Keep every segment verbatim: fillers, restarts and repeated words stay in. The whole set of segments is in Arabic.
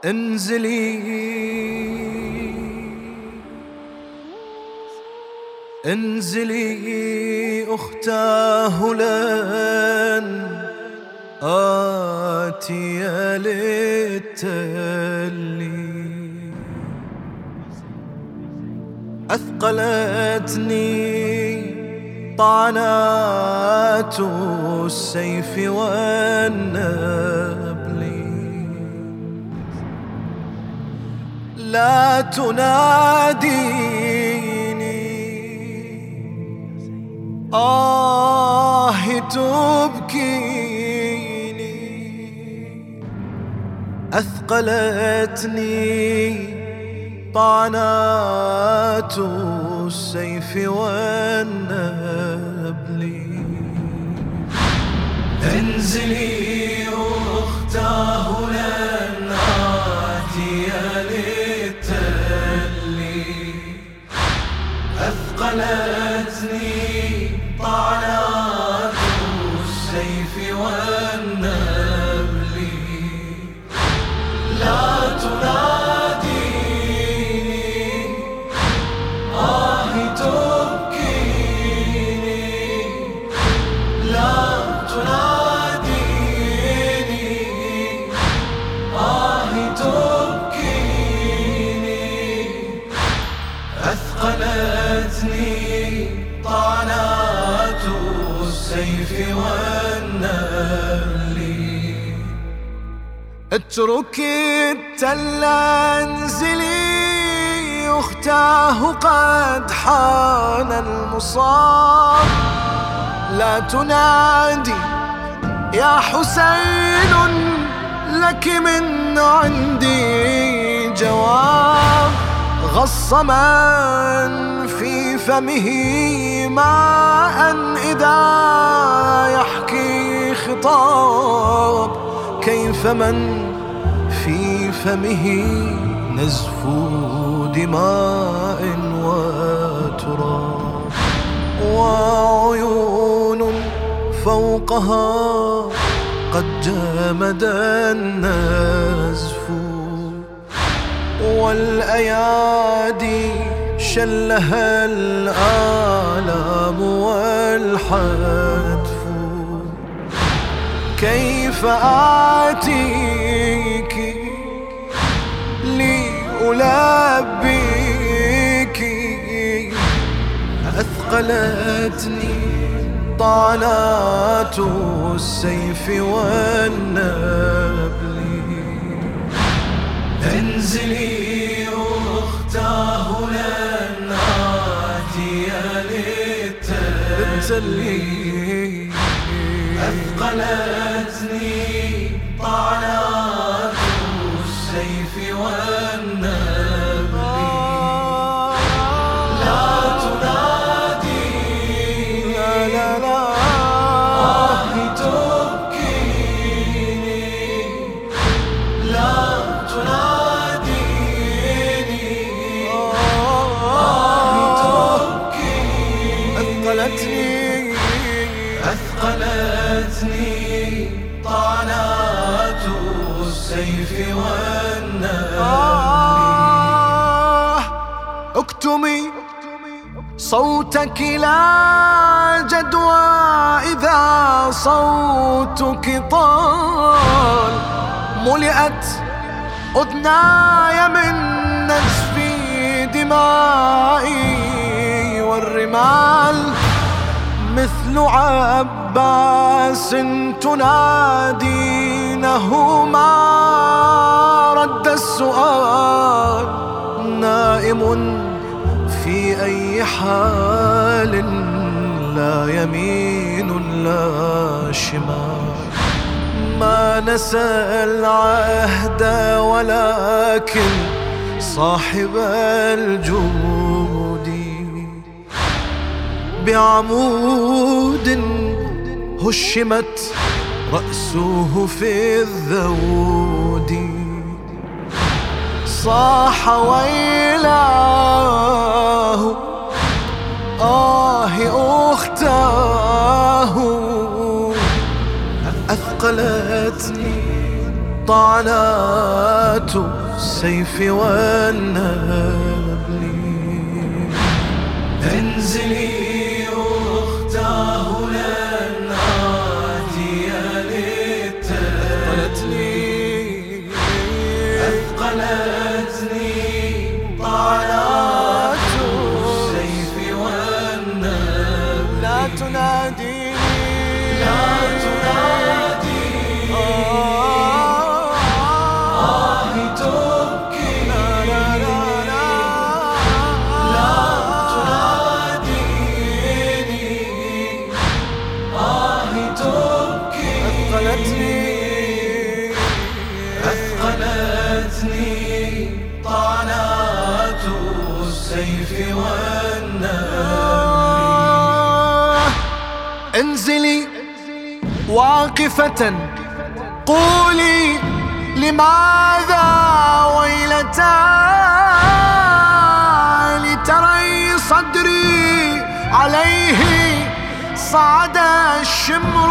انزلي انزلي أختاه لن آتي للتلي أثقلتني طعنات السيف والنبل لا تناديني آه تبكيني أثقلتني طعنات السيف والنبل انزلي أختاه لن آتي للتلي أثقلتني طعنات السيف والنبل لا تناديني آه تبكيني لا تناديني آه تبكيني أثقلتني طعنات السيف والنبل اتركي التل انزلي أختاه قد حان المصاب لا تنادي يا حسين لك من عندي جواب غص من في فمه ماء إذا يحكي خطاب كيف من في فمه نزف دماء وتراب وعيون فوقها قد جمد النزف والأيادي شلها الآلام والحتف كيف آتيك لألبيك أثقلتني طعنات السيف والنبل انزلي أختاه لن آتي للتلي أثقلتني طعنات السيف والنبل لا تناديني لا لا آه تبكيني لا تناديني آه تبكيني أثقلتني أثقلتني طعنات السيف والنبل آه اكتمي صوتك لا جدوى إذا صوتك طال ملئت أذناي من نزف دمائي والرمال مثل عباس تنادينه ما رد السؤال نائم في أي حال لا يمين لا شمال ما نسى العهد ولكن صاحب الجود بعمود هشمت رأسه في الذود صاح ويلاه آه أختاه أثقلتني طعنات السيف والنبل. انزلي أختاه لن آتي للتالي، أثقلتني طعنات السيف والنبل. لا تناديني لا تناديني آه تبكي. لا تناديني آه تبكي. أثقلتني أثقلتني طعنات السيف والنبل. انزلي واقفة قولي لماذا ويلتا، لتري صدري عليه صعد الشمر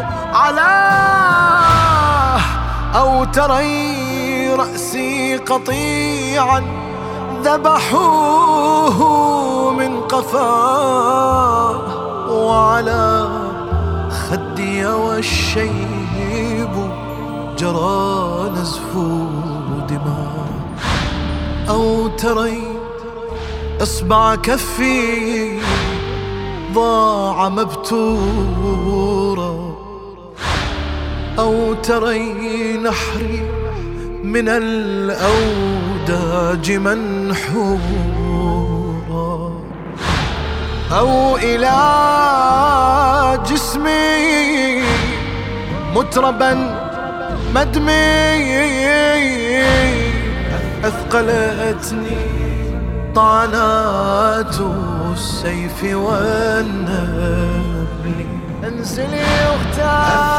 علاه، أو تري رأسي قطيعا ذبحوه من قفاه، وعلى خدي والشيب جرى نزف دماء، أو تري إصبع كفي ضاع مبتورا، أو تري نحري من الأوداج منحورا، أو إلى جسمي متربا مدمي، أثقلتني طعنات السيف والنبل. انزلي أختاه